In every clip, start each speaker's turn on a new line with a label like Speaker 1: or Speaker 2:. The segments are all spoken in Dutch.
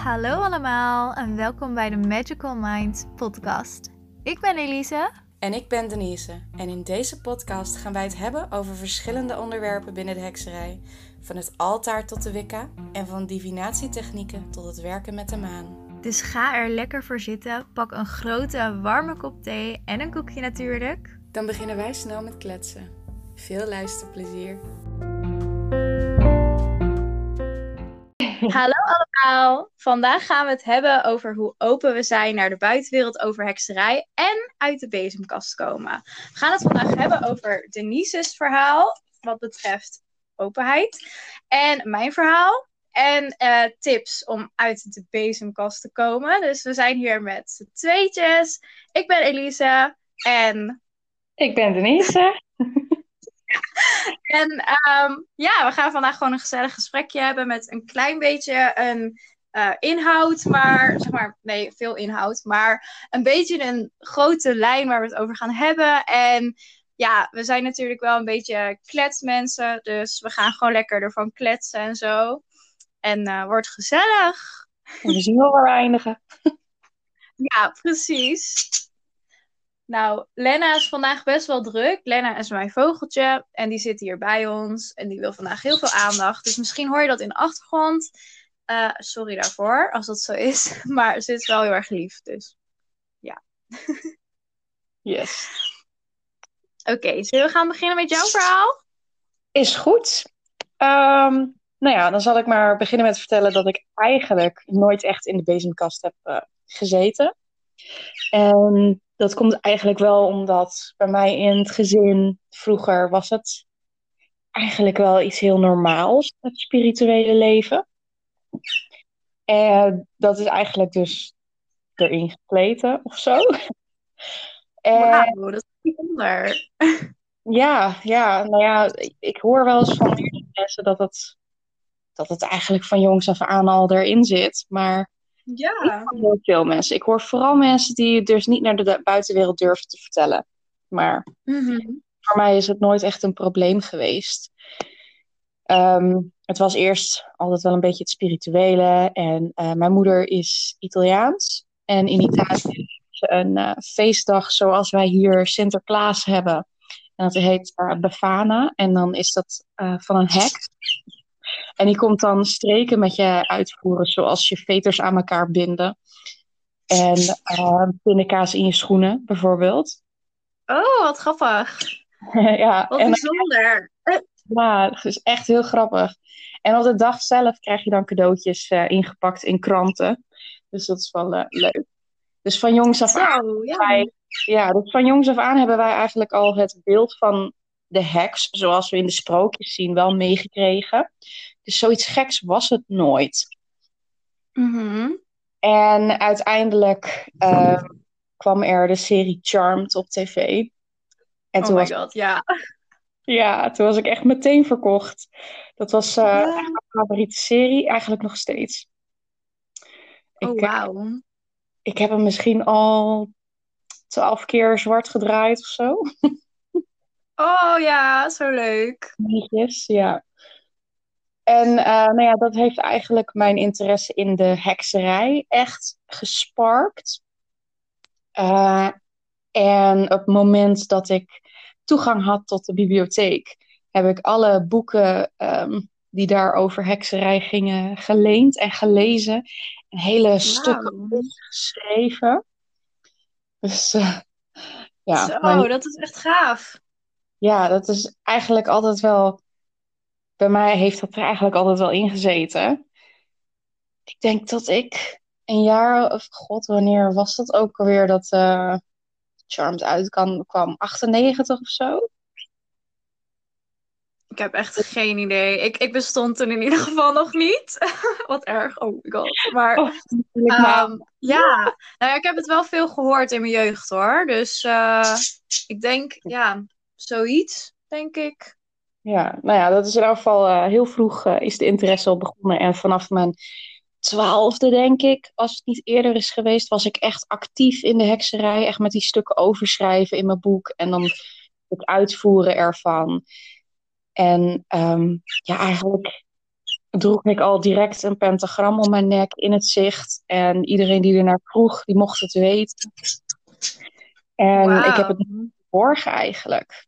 Speaker 1: Hallo allemaal en welkom bij de Magical Minds podcast. Ik ben Elise.
Speaker 2: En ik ben Denise. En in deze podcast gaan wij het hebben over verschillende onderwerpen binnen de hekserij. Van het altaar tot de Wicca en van divinatietechnieken tot het werken met de maan.
Speaker 1: Dus ga er lekker voor zitten, pak een grote warme kop thee en een koekje natuurlijk.
Speaker 2: Dan beginnen wij snel met kletsen. Veel luisterplezier.
Speaker 1: Hallo allemaal! Vandaag gaan we het hebben over hoe open we zijn naar de buitenwereld over hekserij en uit de bezemkast komen. We gaan het vandaag hebben over Denise's verhaal wat betreft openheid en mijn verhaal en tips om uit de bezemkast te komen. Dus we zijn hier met z'n tweetjes. Ik ben Elise en...
Speaker 3: Ik ben Denise.
Speaker 1: En we gaan vandaag gewoon een gezellig gesprekje hebben met een klein beetje een inhoud, maar zeg maar, nee, veel inhoud, maar een beetje een grote lijn waar we het over gaan hebben. En ja, we zijn natuurlijk wel een beetje kletsmensen, dus we gaan gewoon lekker ervan kletsen en zo. En wordt gezellig.
Speaker 3: En we zien wel waar we eindigen.
Speaker 1: Ja, precies. Nou, Lena is vandaag best wel druk. Lena is mijn vogeltje en die zit hier bij ons. En die wil vandaag heel veel aandacht. Dus misschien hoor je dat in de achtergrond. Sorry daarvoor, als dat zo is. Maar ze is wel heel erg lief, dus ja.
Speaker 3: Yes.
Speaker 1: Oké, zullen we gaan beginnen met jouw verhaal?
Speaker 3: Is goed. Dan zal ik maar beginnen met vertellen dat ik eigenlijk nooit echt in de bezemkast heb gezeten. En dat komt eigenlijk wel omdat bij mij in het gezin vroeger was het eigenlijk wel iets heel normaals, het spirituele leven. En dat is eigenlijk dus erin gepleten of zo.
Speaker 1: Wauw, dat is bijzonder.
Speaker 3: Ja, ik hoor wel eens van mensen dat het eigenlijk van jongs af aan al erin zit. Maar
Speaker 1: Ja.
Speaker 3: niet van heel veel mensen. Ik hoor vooral mensen die het dus niet naar de buitenwereld durven te vertellen. Maar voor mij is het nooit echt een probleem geweest. Het was eerst altijd wel een beetje het spirituele. En mijn moeder is Italiaans. En in Italië is een feestdag zoals wij hier Sinterklaas hebben. En dat heet Befana. En dan is dat van een heks. En die komt dan streken met je uitvoeren, zoals je veters aan elkaar binden. En pindakaas in je schoenen, bijvoorbeeld.
Speaker 1: Oh, wat grappig.
Speaker 3: Ja,
Speaker 1: Wat bijzonder.
Speaker 3: Ja, het is echt heel grappig. En op de dag zelf krijg je dan cadeautjes ingepakt in kranten. Dus dat is wel leuk. Dus van jongs af aan... Dus van jongs af aan hebben wij eigenlijk al het beeld van de heks, zoals we in de sprookjes zien, wel meegekregen. Dus zoiets geks was het nooit. En uiteindelijk kwam er de serie Charmed op tv. En
Speaker 1: oh my god, ja.
Speaker 3: Ja, toen was ik echt meteen verkocht. Dat was echt mijn favoriete serie, eigenlijk nog steeds.
Speaker 1: Wauw.
Speaker 3: Ik heb hem misschien al 12 keer zwart gedraaid of zo.
Speaker 1: Oh ja, zo leuk.
Speaker 3: Liedjes, ja. En dat heeft eigenlijk mijn interesse in de hekserij echt gesparkt. En op het moment dat ik toegang had tot de bibliotheek, heb ik alle boeken die daar over hekserij gingen geleend en gelezen. En hele stukken geschreven. Dus ja.
Speaker 1: Zo, dat is echt gaaf.
Speaker 3: Ja, dat is eigenlijk altijd wel... Bij mij heeft dat er eigenlijk altijd wel in gezeten. Ik denk dat ik een jaar... Of god, wanneer was dat ook alweer dat Charmed uitkwam? 98 of zo?
Speaker 1: Ik heb echt geen idee. Ik bestond toen in ieder geval nog niet. Wat erg, oh my god. Maar ik heb het wel veel gehoord in mijn jeugd hoor. Dus ik denk, zoiets, denk ik.
Speaker 3: Ja, dat is in elk geval heel vroeg is de interesse al begonnen. En vanaf mijn 12e, denk ik, als het niet eerder is geweest, was ik echt actief in de hekserij. Echt met die stukken overschrijven in mijn boek. En dan het uitvoeren ervan. En eigenlijk droeg ik al direct een pentagram om mijn nek in het zicht. En iedereen die er naar vroeg, die mocht het weten. En ik heb
Speaker 1: Wauw.
Speaker 3: het niet geborgen eigenlijk.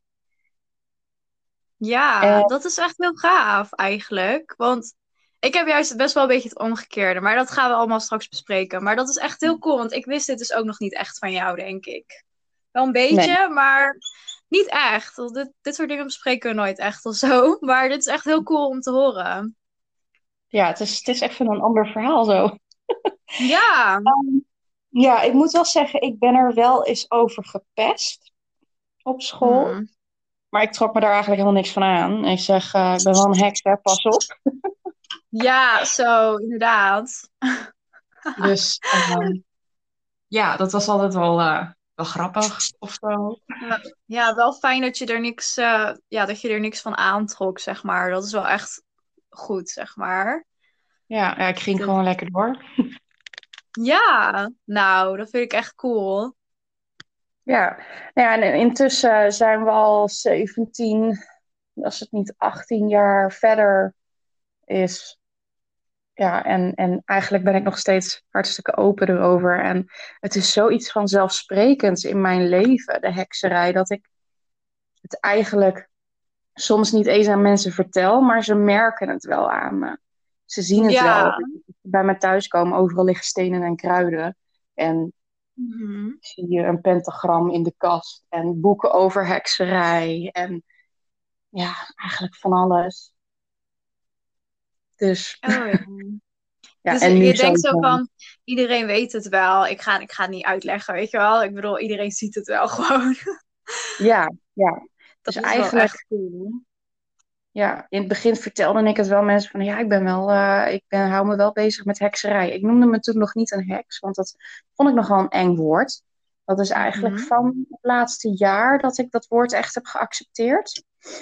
Speaker 1: Ja,
Speaker 3: En
Speaker 1: dat is echt heel gaaf eigenlijk. Want ik heb juist best wel een beetje het omgekeerde. Maar dat gaan we allemaal straks bespreken. Maar dat is echt heel cool. Want ik wist dit dus ook nog niet echt van jou, denk ik. Wel een
Speaker 3: nee,
Speaker 1: beetje, maar niet echt. Want dit soort dingen bespreken we nooit echt of zo. Maar dit is echt heel cool om te horen.
Speaker 3: ja, het is echt een ander verhaal zo.
Speaker 1: Ja.
Speaker 3: Ja, ik moet wel zeggen, ik ben er wel eens over gepest op school.
Speaker 1: Hmm.
Speaker 3: Maar ik trok me daar eigenlijk helemaal niks van aan. Ik zeg, ik ben wel een heks, hè, pas op.
Speaker 1: Ja, zo, inderdaad.
Speaker 3: Dus ja, dat was altijd wel grappig of zo.
Speaker 1: Ja, ja, wel fijn dat je er niks, dat je er niks van aantrok, zeg maar. Dat is wel echt goed, zeg maar.
Speaker 3: Ja, ik ging
Speaker 1: Dus,
Speaker 3: gewoon lekker door.
Speaker 1: ja, nou, dat vind ik echt cool.
Speaker 3: Ja, nou ja, en intussen zijn we al 17, als het niet 18 jaar verder is. Ja, en eigenlijk ben ik nog steeds hartstikke open erover. En het is zoiets vanzelfsprekends in mijn leven, de hekserij, dat ik het eigenlijk soms niet eens aan mensen vertel, maar ze merken het wel aan me. Ze zien het wel.
Speaker 1: Ja.
Speaker 3: Bij me thuiskomen, overal liggen stenen en kruiden. En
Speaker 1: Mhm.
Speaker 3: zie je een pentagram in de kast. En boeken over hekserij. En ja, eigenlijk van alles. Dus
Speaker 1: Oh ja.
Speaker 3: ja,
Speaker 1: Dus
Speaker 3: en nu
Speaker 1: je denkt zo
Speaker 3: sowieso.
Speaker 1: van, iedereen weet het wel. Ik ga het niet uitleggen, weet je wel. Ik bedoel, iedereen ziet het wel gewoon.
Speaker 3: Ja, ja. Dus
Speaker 1: Dat is wel echt
Speaker 3: eigenlijk,
Speaker 1: cool.
Speaker 3: ja, in het begin vertelde ik het wel mensen van, ja, hou me wel bezig met hekserij. Ik noemde me toen nog niet een heks, want dat vond ik nogal een eng woord. Dat is eigenlijk
Speaker 1: Mhm.
Speaker 3: van het laatste jaar dat ik dat woord echt heb geaccepteerd.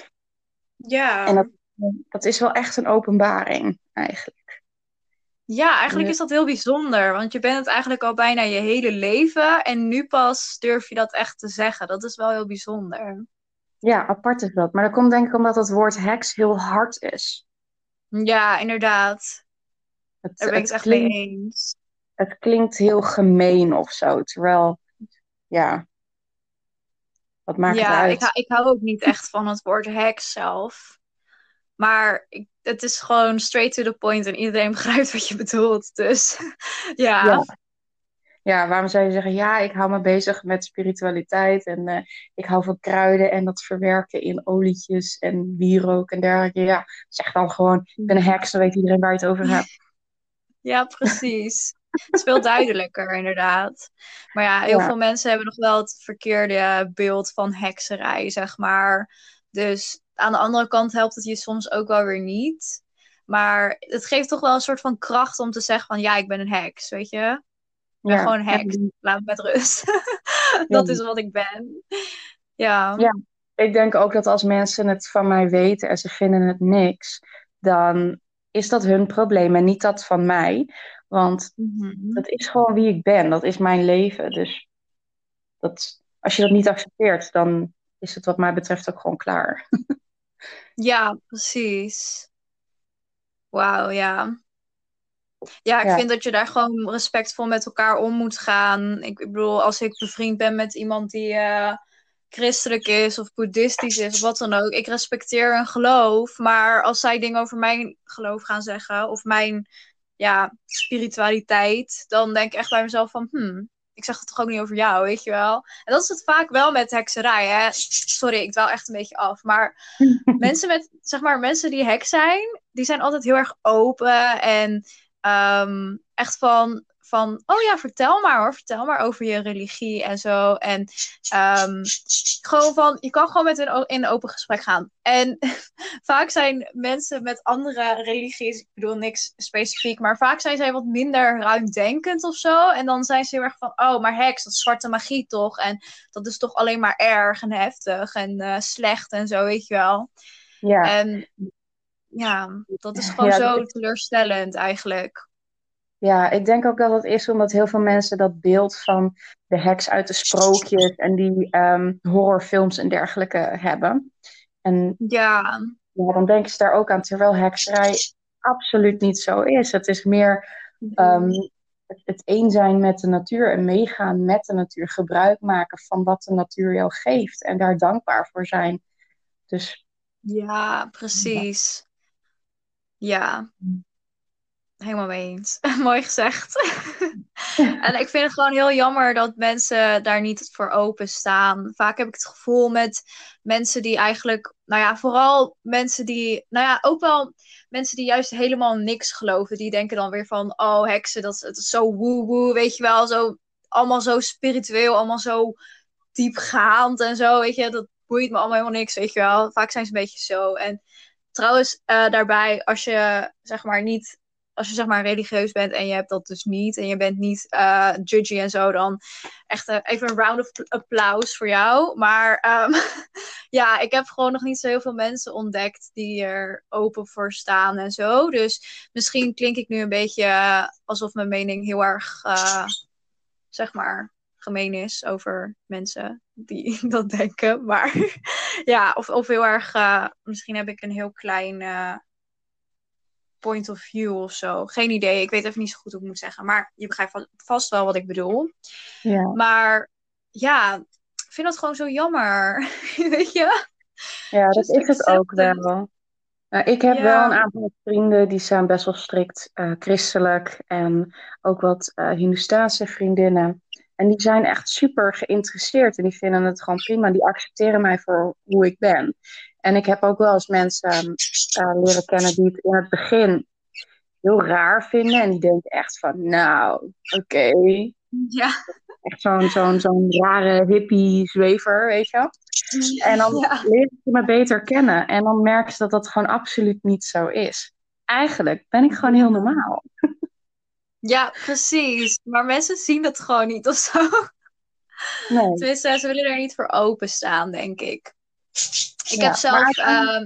Speaker 3: En
Speaker 1: Ja.
Speaker 3: dat is wel echt een openbaring, eigenlijk.
Speaker 1: Ja, eigenlijk
Speaker 3: Dus,
Speaker 1: is dat heel bijzonder. Want je bent het eigenlijk al bijna je hele leven. En nu pas durf je dat echt te zeggen. Dat is wel heel bijzonder.
Speaker 3: ja, apart is dat. Maar dat komt denk ik omdat het woord heks heel hard is.
Speaker 1: Ja, inderdaad.
Speaker 3: Het,
Speaker 1: Daar ben ik het
Speaker 3: het
Speaker 1: echt mee
Speaker 3: klinkt,
Speaker 1: eens.
Speaker 3: het klinkt heel gemeen of zo. Terwijl, ja, wat maakt het
Speaker 1: Ja,
Speaker 3: uit?
Speaker 1: ik hou ook niet echt van het woord heks zelf. Maar het is gewoon straight to the point en iedereen begrijpt wat je bedoelt. Dus ja.
Speaker 3: Ja. Ja, waarom zou je zeggen, ja, ik hou me bezig met spiritualiteit en ik hou van kruiden en dat verwerken in olietjes en wierook en dergelijke. Ja, zeg dan gewoon, ik ben een heks, dan weet iedereen waar je het over hebt.
Speaker 1: Ja, precies. Het is veel duidelijker, inderdaad. Maar ja, heel
Speaker 3: Ja,
Speaker 1: veel mensen hebben nog wel het verkeerde beeld van hekserij, zeg maar. Dus aan de andere kant helpt het je soms ook wel weer niet. Maar het geeft toch wel een soort van kracht om te zeggen van ja, ik ben een heks, weet je? Ik ben
Speaker 3: ja,
Speaker 1: gewoon een
Speaker 3: ja,
Speaker 1: heks. Laat me met rust.
Speaker 3: ja.
Speaker 1: Dat is wat ik ben. Ja.
Speaker 3: Ja, ik denk ook dat als mensen het van mij weten en ze vinden het niks, dan is dat hun probleem en niet dat van mij. Want
Speaker 1: Mhm.
Speaker 3: dat is gewoon wie ik ben, dat is mijn leven. Dus als je dat niet accepteert, dan is het wat mij betreft ook gewoon klaar.
Speaker 1: Ja, precies. Wauw, ja. Ja, ik
Speaker 3: Ja,
Speaker 1: vind dat je daar gewoon respectvol met elkaar om moet gaan. Ik bedoel, als ik bevriend ben met iemand die christelijk is of boeddhistisch is of wat dan ook. Ik respecteer hun geloof, maar als zij dingen over mijn geloof gaan zeggen of mijn spiritualiteit, dan denk ik echt bij mezelf van, ik zeg het toch ook niet over jou, weet je wel. En dat is het vaak wel met hekserij, hè. Sorry, ik dwaal echt een beetje af, maar mensen met, zeg maar, mensen die heks zijn, die zijn altijd heel erg open en echt van, oh ja, vertel maar hoor, vertel maar over je religie en zo. En gewoon van, je kan gewoon met hen in een open gesprek gaan. En vaak zijn mensen met andere religies, ik bedoel niks specifiek, maar vaak zijn zij wat minder ruimdenkend of zo. En dan zijn ze heel erg van, oh, maar heks, dat is zwarte magie toch? En dat is toch alleen maar erg en heftig en slecht en zo, weet je wel.
Speaker 3: ja,
Speaker 1: En ja, dat is gewoon
Speaker 3: ja,
Speaker 1: zo teleurstellend eigenlijk.
Speaker 3: ja, ik denk ook dat het is omdat heel veel mensen dat beeld van de heks uit de sprookjes en die horrorfilms en dergelijke hebben. En
Speaker 1: Ja,
Speaker 3: ja, dan denken ze daar ook aan, terwijl hekserij absoluut niet zo is. Het is meer ehm, het één zijn met de natuur en meegaan met de natuur. Gebruik maken van wat de natuur jou geeft en daar dankbaar voor zijn. Dus
Speaker 1: Ja,
Speaker 3: ja.
Speaker 1: precies. Ja, helemaal mee eens. Mooi gezegd. En ik vind het gewoon heel jammer dat mensen daar niet voor openstaan. Vaak heb ik het gevoel met mensen die eigenlijk, nou ja, vooral mensen die, nou ja, ook wel mensen die juist helemaal niks geloven. Die denken dan weer van, oh, heksen, het is zo woe-woe, weet je wel. Zo, allemaal zo spiritueel, allemaal zo diepgaand en zo, weet je. Dat boeit me allemaal helemaal niks, weet je wel. Vaak zijn ze een beetje zo. En trouwens, daarbij, als je zeg maar religieus bent en je hebt dat dus niet en je bent niet judgy en zo, dan echt even een round of applaus voor jou. Maar ja, ik heb gewoon nog niet zo heel veel mensen ontdekt die er open voor staan en zo. Dus misschien klink ik nu een beetje alsof mijn mening heel erg, zeg maar, gemeen is over mensen die dat denken. Maar ja, of heel erg, misschien heb ik een heel klein point of view of zo. Geen idee. Ik weet even niet zo goed hoe ik moet zeggen. Maar je begrijpt vast wel wat ik bedoel.
Speaker 3: Ja,
Speaker 1: Maar ja, ik vind dat gewoon zo jammer. Weet je?
Speaker 3: ja, dat
Speaker 1: Just
Speaker 3: is het ook
Speaker 1: accept it.
Speaker 3: wel. Nou, ik heb wel een
Speaker 1: Ja,
Speaker 3: aantal vrienden die zijn best wel strikt christelijk en ook wat Hindoestaanse vriendinnen. En die zijn echt super geïnteresseerd en die vinden het gewoon prima. Die accepteren mij voor hoe ik ben. En ik heb ook wel eens mensen leren kennen die het in het begin heel raar vinden. En die denken echt van, nou, oké.
Speaker 1: ja,
Speaker 3: Echt zo'n rare hippie zwever, weet je wel. En dan
Speaker 1: ja.
Speaker 3: leer je me beter kennen. En dan merk je dat dat gewoon absoluut niet zo is. Eigenlijk ben ik gewoon heel normaal.
Speaker 1: Ja, precies. Maar mensen zien dat gewoon niet of zo.
Speaker 3: Nee,
Speaker 1: Tenminste, ze willen er niet voor openstaan, denk ik. Ik heb
Speaker 3: ja. Maar
Speaker 1: zelf,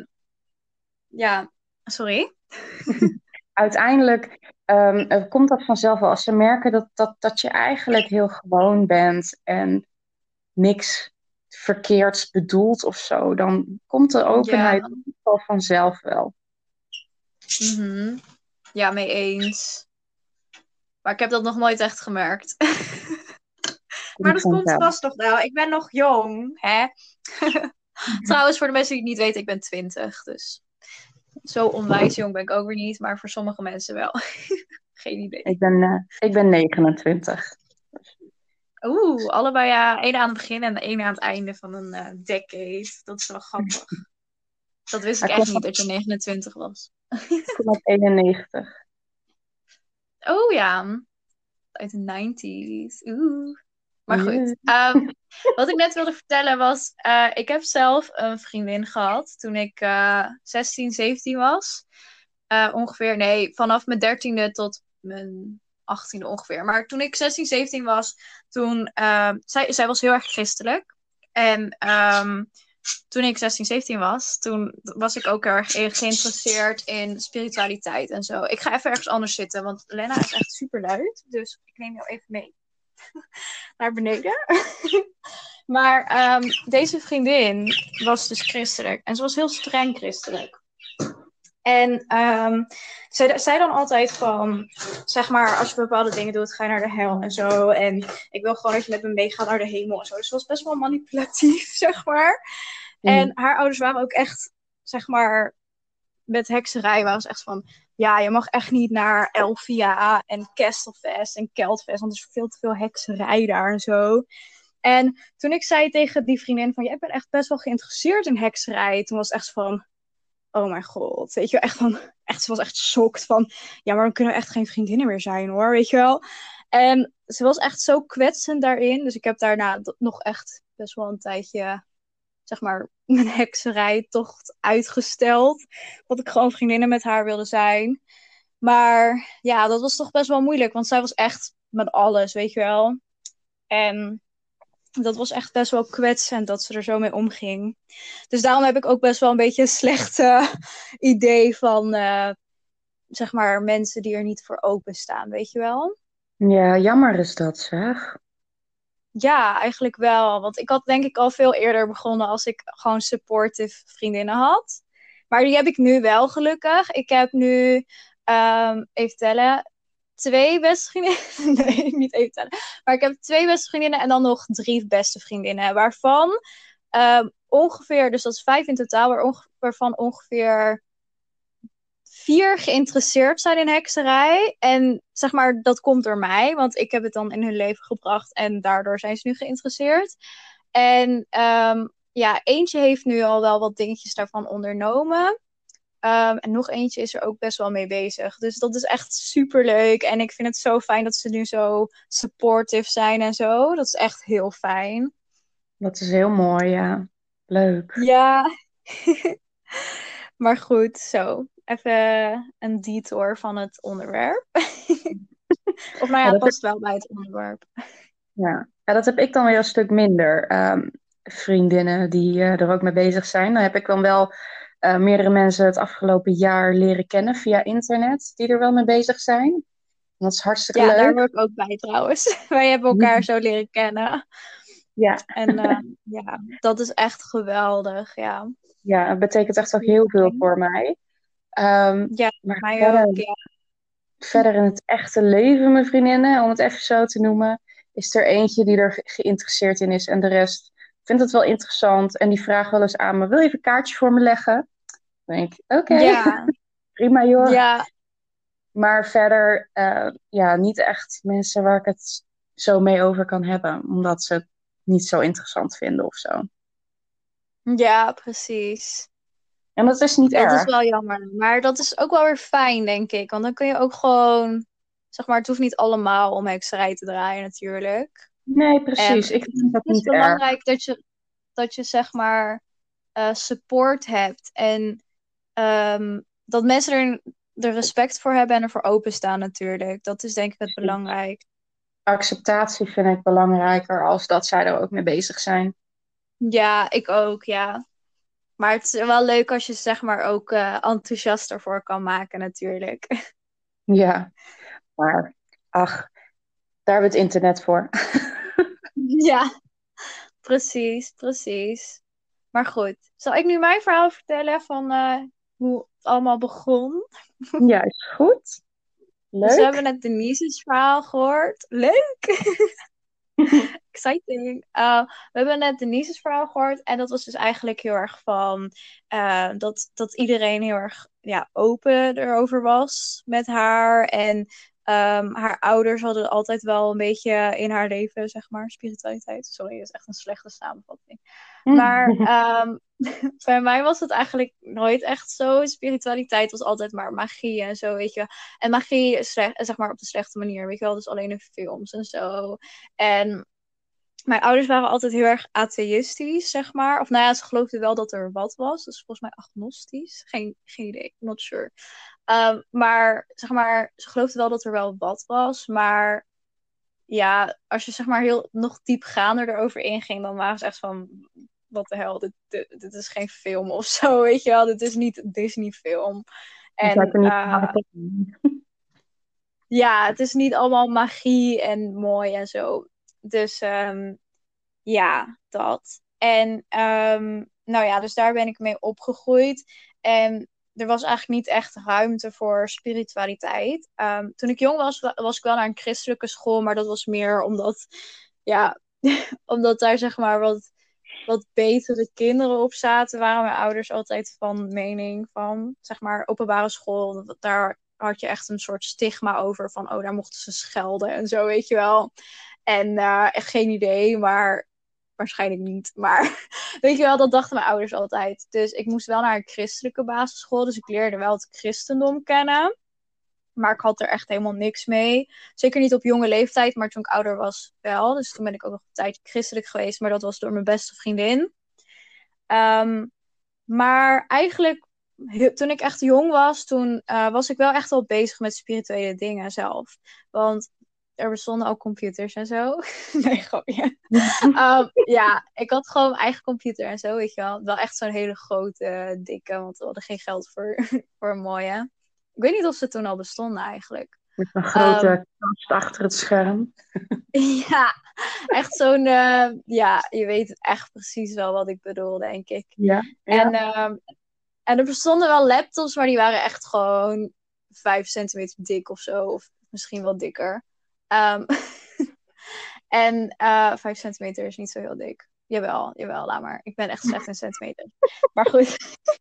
Speaker 1: ja, sorry.
Speaker 3: uiteindelijk komt dat vanzelf wel. Als ze merken dat je eigenlijk heel gewoon bent en niks verkeerds bedoelt of zo, dan komt de
Speaker 1: Ja,
Speaker 3: openheid wel vanzelf wel.
Speaker 1: mhm. Ja, mee eens. Maar ik heb dat nog nooit echt gemerkt. Maar
Speaker 3: Komt
Speaker 1: dat komt
Speaker 3: vanzelf.
Speaker 1: vast nog wel. Ik ben nog jong, hè? Trouwens, voor de mensen die het niet weten, ik ben 20. Dus zo onwijs jong ben ik ook weer niet. Maar voor sommige mensen wel. Geen idee.
Speaker 3: Ik ben 29.
Speaker 1: Oeh, allebei ja. Eén aan het begin en de ene aan het einde van een decade. Dat is wel grappig. Dat wist ik
Speaker 3: Ik
Speaker 1: echt niet, dat je 29 was.
Speaker 3: kom uit 91.
Speaker 1: Oh ja, uit de 90s. Oeh. Maar
Speaker 3: Yeah.
Speaker 1: goed, wat ik net wilde vertellen was, ik heb zelf een vriendin gehad toen ik 16, 17 was. Ongeveer, nee, vanaf mijn 13e tot mijn 18e ongeveer. Maar toen ik 16, 17 was, toen, zij was heel erg christelijk. En toen ik 16, 17 was, toen was ik ook heel erg geïnteresseerd in spiritualiteit en zo. Ik ga even ergens anders zitten, want Lena is echt super luid. Dus ik neem jou even mee naar beneden. Maar deze vriendin was dus christelijk. En ze was heel streng christelijk. En zij zei dan altijd van, zeg maar, als je bepaalde dingen doet, ga je naar de hel en zo. En ik wil gewoon dat je met me meegaat naar de hemel en zo. Dus ze was best wel manipulatief, zeg maar. En
Speaker 3: Mm.
Speaker 1: haar ouders waren ook echt, zeg maar, met hekserij waren ze echt van, ja, je mag echt niet naar Elvia en Kestelfest en Keltfest, want er is veel te veel hekserij daar en zo. En toen ik zei tegen die vriendin van, jij bent echt best wel geïnteresseerd in hekserij, toen was het echt van, oh mijn god, weet je wel, echt van, echt, ze was echt shocked van, ja, maar dan kunnen we echt geen vriendinnen meer zijn hoor, weet je wel. En ze was echt zo kwetsend daarin, dus ik heb daarna nog echt best wel een tijdje, zeg maar, mijn hekserijtocht uitgesteld. Dat ik gewoon vriendinnen met haar wilde zijn. Maar ja, dat was toch best wel moeilijk, want zij was echt met alles, weet je wel. En dat was echt best wel kwetsend dat ze er zo mee omging. Dus daarom heb ik ook best wel een beetje een slecht idee van, zeg maar, mensen die er niet voor openstaan, weet je wel.
Speaker 3: Ja, jammer is dat, zeg.
Speaker 1: Ja, eigenlijk wel. Want ik had denk ik al veel eerder begonnen als ik gewoon supportive vriendinnen had. Maar die heb ik nu wel gelukkig. Ik heb nu, even tellen, 2 beste vriendinnen. Nee, niet even tellen. Maar ik heb 2 beste vriendinnen en dan nog 3 beste vriendinnen. Waarvan ongeveer, dus dat is 5 in totaal, waarvan ongeveer 4 geïnteresseerd zijn in hekserij. En zeg maar, dat komt door mij, want ik heb het dan in hun leven gebracht en daardoor zijn ze nu geïnteresseerd. En ja, eentje heeft nu al wel wat dingetjes daarvan ondernomen. En nog eentje is er ook best wel mee bezig. Dus dat is echt super leuk. En ik vind het zo fijn dat ze nu zo supportive zijn en zo. Dat is echt heel fijn.
Speaker 3: Dat is heel mooi, ja. Leuk.
Speaker 1: Ja. Maar goed, zo. Even een detour van het onderwerp. Of nou ja,
Speaker 3: Ja,
Speaker 1: het past wel bij het onderwerp.
Speaker 3: ja, dat heb ik dan weer een stuk minder. Vriendinnen die er ook mee bezig zijn. Dan heb ik dan wel meerdere mensen het afgelopen jaar leren kennen via internet die er wel mee bezig zijn. En dat is hartstikke
Speaker 1: Ja, daar
Speaker 3: leuk.
Speaker 1: hoor ik ook bij trouwens. Wij hebben elkaar zo leren kennen.
Speaker 3: Ja,
Speaker 1: En ja, dat is echt geweldig, ja.
Speaker 3: ja, het betekent echt ook heel veel voor mij.
Speaker 1: Ja,
Speaker 3: Maar
Speaker 1: mij ook, ja.
Speaker 3: verder in het echte leven, mijn vriendinnen, om het even zo te noemen, is er eentje die er geïnteresseerd in is en de rest vindt het wel interessant en die vraagt wel eens aan me, wil je even een kaartje voor me leggen? Dan denk ik, oké,
Speaker 1: Ja,
Speaker 3: prima joh.
Speaker 1: ja,
Speaker 3: Maar verder, ja, niet echt mensen waar ik het zo mee over kan hebben, omdat ze het niet zo interessant vinden of zo.
Speaker 1: ja, precies.
Speaker 3: En dat is niet
Speaker 1: Dat is
Speaker 3: erg.
Speaker 1: wel jammer. Maar dat is ook wel weer fijn, denk ik. Want dan kun je ook gewoon, zeg maar, het hoeft niet allemaal om hekserij te draaien natuurlijk.
Speaker 3: Nee,
Speaker 1: En
Speaker 3: precies. Ik vind dat
Speaker 1: het is
Speaker 3: niet erg.
Speaker 1: belangrijk dat je zeg maar, support hebt. En dat mensen er respect voor hebben en ervoor openstaan natuurlijk. Dat is denk ik het belangrijk.
Speaker 3: Acceptatie vind ik belangrijker als dat zij er ook mee bezig zijn.
Speaker 1: Ja, ik ook, ja. Maar het is wel leuk als je zeg maar ook enthousiast ervoor kan maken natuurlijk.
Speaker 3: Ja, maar ach, daar hebben we het internet voor.
Speaker 1: Ja, precies, precies. Maar goed, zal ik nu mijn verhaal vertellen van hoe het allemaal begon?
Speaker 3: Ja, is goed.
Speaker 1: Dus we
Speaker 3: Leuk.
Speaker 1: hebben net Denise's verhaal gehoord. Leuk! Exciting. We hebben net Denise's verhaal gehoord. En dat was dus eigenlijk heel erg van dat iedereen heel erg ja, open erover was met haar. En haar ouders hadden altijd wel een beetje in haar leven, zeg maar, spiritualiteit. Sorry, dat is echt een slechte samenvatting. Maar bij mij was het eigenlijk nooit echt zo. Spiritualiteit was altijd maar magie en zo, weet je. En magie, zeg maar op de slechte manier, weet je wel. Dus alleen in films en zo. En mijn ouders waren altijd heel erg atheïstisch, zeg maar. Of nou ja, ze geloofden wel dat er wat was. Dus volgens mij agnostisch. Geen idee, not sure. Maar zeg maar, ze geloofden wel dat er wel wat was. Maar ja, als je zeg maar heel nog diepgaander erover inging, dan waren ze echt van, wat de hel, dit is geen film of zo, weet je wel. Dit is niet Disney film.
Speaker 3: Je zou
Speaker 1: En
Speaker 3: er niet aan beginnen.
Speaker 1: ja, het is niet allemaal magie en mooi en zo. Dus ja, dat. En nou ja, dus daar ben ik mee opgegroeid. En er was eigenlijk niet echt ruimte voor spiritualiteit. Toen ik jong was, was ik wel naar een christelijke school, maar dat was meer omdat, ja, omdat daar zeg maar wat betere kinderen op zaten, waren mijn ouders altijd van mening van, zeg maar, openbare school. Daar had je echt een soort stigma over van, oh, daar mochten ze schelden en zo, weet je wel. En echt geen idee, maar waarschijnlijk niet. Maar weet je wel, dat dachten mijn ouders altijd. Dus ik moest wel naar een christelijke basisschool, dus ik leerde wel het christendom kennen. Maar ik had er echt helemaal niks mee. Zeker niet op jonge leeftijd, maar toen ik ouder was wel. Dus toen ben ik ook nog een tijdje christelijk geweest. Maar dat was door mijn beste vriendin. Maar eigenlijk, toen ik echt jong was, toen was ik wel echt al bezig met spirituele dingen zelf. Want er bestonden ook computers en zo. Nee, grapje. Ja, ik had gewoon mijn eigen computer en zo, weet je wel. Wel echt zo'n hele grote, dikke, want we hadden geen geld voor een mooie. Ik weet niet of ze toen al bestonden eigenlijk.
Speaker 3: Met een
Speaker 1: Ehm,
Speaker 3: grote kast achter het scherm.
Speaker 1: ja, echt zo'n, ja, je weet echt precies wel wat ik bedoel, denk ik.
Speaker 3: Ja,
Speaker 1: En
Speaker 3: ja.
Speaker 1: En er bestonden wel laptops, maar die waren echt gewoon 5 centimeter dik of zo. Of misschien wel dikker. Ehm, en 5 centimeter is niet zo heel dik. Jawel, laat maar. Ik ben echt slecht in centimeter. Maar goed.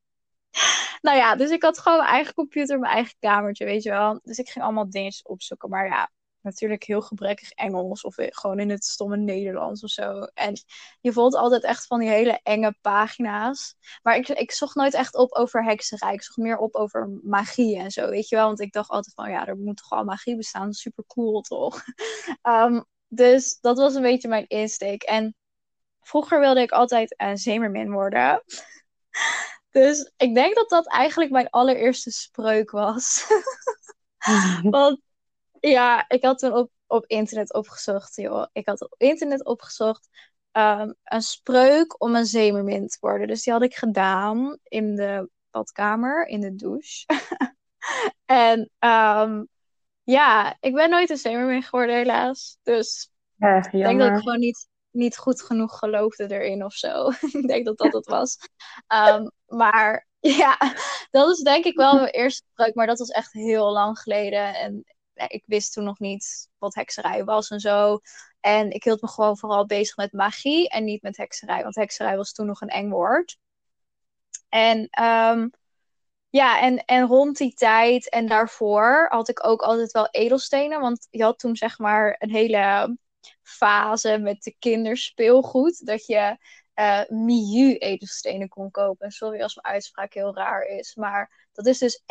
Speaker 1: Nou ja, dus ik had gewoon mijn eigen computer, mijn eigen kamertje, weet je wel. Dus ik ging allemaal dingetjes opzoeken. Maar ja, natuurlijk heel gebrekkig Engels of gewoon in het stomme Nederlands of zo. En je vond altijd echt van die hele enge pagina's. Maar ik zocht nooit echt op over hekserij. Ik zocht meer op over magie en zo, weet je wel. Want ik dacht altijd van, ja, er moet toch al magie bestaan. Super cool, toch? Dus dat was een beetje mijn insteek. En vroeger wilde ik altijd een zeemermin worden. Dus ik denk dat dat eigenlijk mijn allereerste spreuk was. Want ja, ik had toen op internet opgezocht, joh. Ik had op internet opgezocht een spreuk om een zeemermin te worden. Dus die had ik gedaan in de badkamer, in de douche. En ja, ik ben nooit een zeemermin geworden, helaas. Dus
Speaker 3: Erg
Speaker 1: ik denk dat ik
Speaker 3: jammer.
Speaker 1: gewoon niet goed genoeg geloofde erin of zo. Ik denk dat dat het was. Maar ja, dat is denk ik wel mijn eerste spreuk. Maar dat was echt heel lang geleden. En ja, ik wist toen nog niet wat hekserij was en zo. En ik hield me gewoon vooral bezig met magie en niet met hekserij. Want hekserij was toen nog een eng woord. En ja, en rond die tijd en daarvoor had ik ook altijd wel edelstenen. Want je had toen zeg maar een hele fase met de kinderspeelgoed. Dat je Miu-edelstenen kon kopen. Sorry als mijn uitspraak heel raar is. Maar dat is dus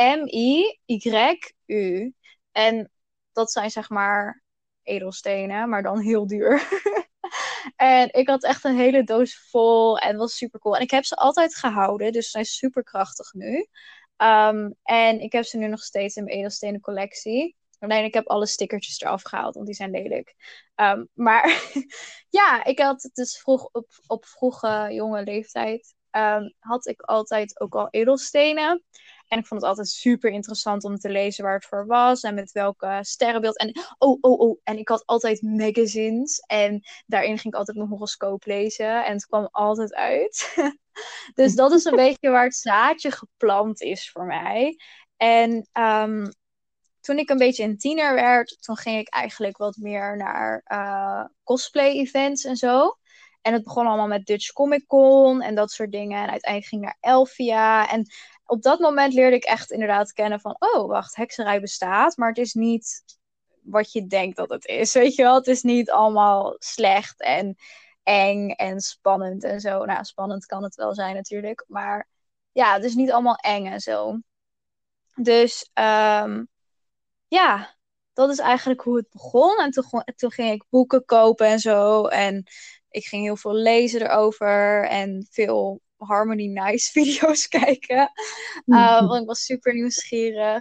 Speaker 1: M-I-Y-U. En dat zijn zeg maar edelstenen, maar dan heel duur. En ik had echt een hele doos vol en het was super cool. En ik heb ze altijd gehouden, dus ze zijn super krachtig nu. En ik heb ze nu nog steeds in mijn edelstenen collectie. Alleen ik heb alle stickertjes eraf gehaald, want die zijn lelijk. Maar ja, ik had het dus op vroege jonge leeftijd had ik altijd ook al edelstenen. En ik vond het altijd super interessant om te lezen waar het voor was en met welke sterrenbeeld. En en ik had altijd magazines en daarin ging ik altijd mijn horoscoop lezen en het kwam altijd uit. Dus dat is een beetje waar het zaadje geplant is voor mij. En toen ik een beetje een tiener werd, toen ging ik eigenlijk wat meer naar cosplay-events en zo. En het begon allemaal met Dutch Comic Con en dat soort dingen. En uiteindelijk ging ik naar Elvia. En op dat moment leerde ik echt inderdaad kennen van... Oh, wacht, hekserij bestaat, maar het is niet wat je denkt dat het is. Weet je wel, het is niet allemaal slecht en eng en spannend en zo. Nou, spannend kan het wel zijn natuurlijk. Maar ja, het is niet allemaal eng en zo. Dus ja, dat is eigenlijk hoe het begon. En toen ging ik boeken kopen en zo. En ik ging heel veel lezen erover. En veel Harmony Nice video's kijken. Want ik was super nieuwsgierig.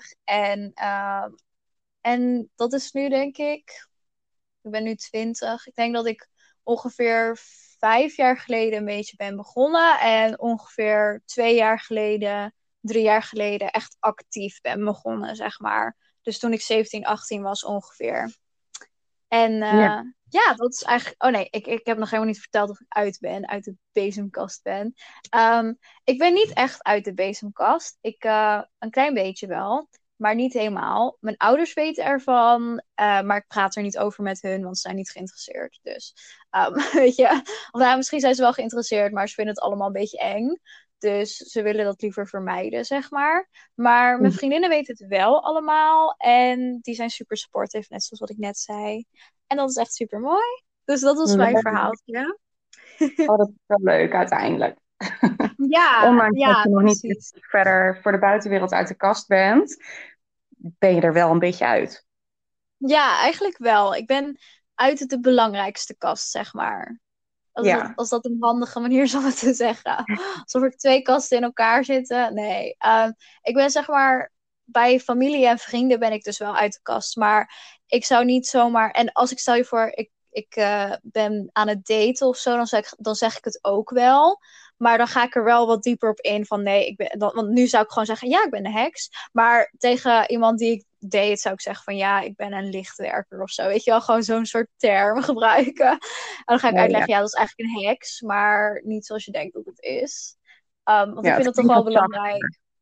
Speaker 1: En dat is nu denk ik ben nu 20. Ik denk dat ik ongeveer 5 jaar geleden een beetje ben begonnen. En ongeveer 2 jaar geleden, 3 jaar geleden echt actief ben begonnen, zeg maar. Dus toen ik 17, 18 was ongeveer. En
Speaker 3: Ja.
Speaker 1: ja, dat is eigenlijk... Oh nee, ik heb nog helemaal niet verteld of ik uit de bezemkast ben. Ik ben niet echt uit de bezemkast. Een klein beetje wel, maar niet helemaal. Mijn ouders weten ervan, maar ik praat er niet over met hun, want ze zijn niet geïnteresseerd. Dus, weet je, of nou, misschien zijn ze wel geïnteresseerd, maar ze vinden het allemaal een beetje eng. Dus ze willen dat liever vermijden, zeg maar. Maar mijn vriendinnen weten het wel allemaal. En die zijn super supportive, net zoals wat ik net zei. En dat is echt super mooi. Dus dat was mijn verhaaltje.
Speaker 3: Oh, dat is wel leuk uiteindelijk. Ondanks dat
Speaker 1: Ja,
Speaker 3: je nog niet
Speaker 1: precies.
Speaker 3: verder voor de buitenwereld uit de kast bent, ben je er wel een beetje uit.
Speaker 1: Ja, eigenlijk wel. Ik ben uit de belangrijkste kast, zeg maar.
Speaker 3: Ja.
Speaker 1: Als dat een handige manier is om het te zeggen. Alsof er 2 kasten in elkaar zitten. Nee. Ik ben zeg maar... Bij familie en vrienden ben ik dus wel uit de kast. Maar ik zou niet zomaar... En als ik stel je voor... Ik ben aan het daten of zo... Dan zeg ik het ook wel. Maar dan ga ik er wel wat dieper op in. Van nee, want nu zou ik gewoon zeggen... Ja, ik ben een heks. Maar tegen iemand die ik date zou ik zeggen van... Ja, ik ben een lichtwerker of zo. Weet je wel? Gewoon zo'n soort term gebruiken. En dan ga ik
Speaker 3: Oh, ja.
Speaker 1: uitleggen, ja, dat is eigenlijk een heks, maar niet zoals je denkt dat het is. Want ik
Speaker 3: Ja,
Speaker 1: vind
Speaker 3: het
Speaker 1: het toch
Speaker 3: klinkt
Speaker 1: wel
Speaker 3: wat
Speaker 1: belangrijk.
Speaker 3: zachter.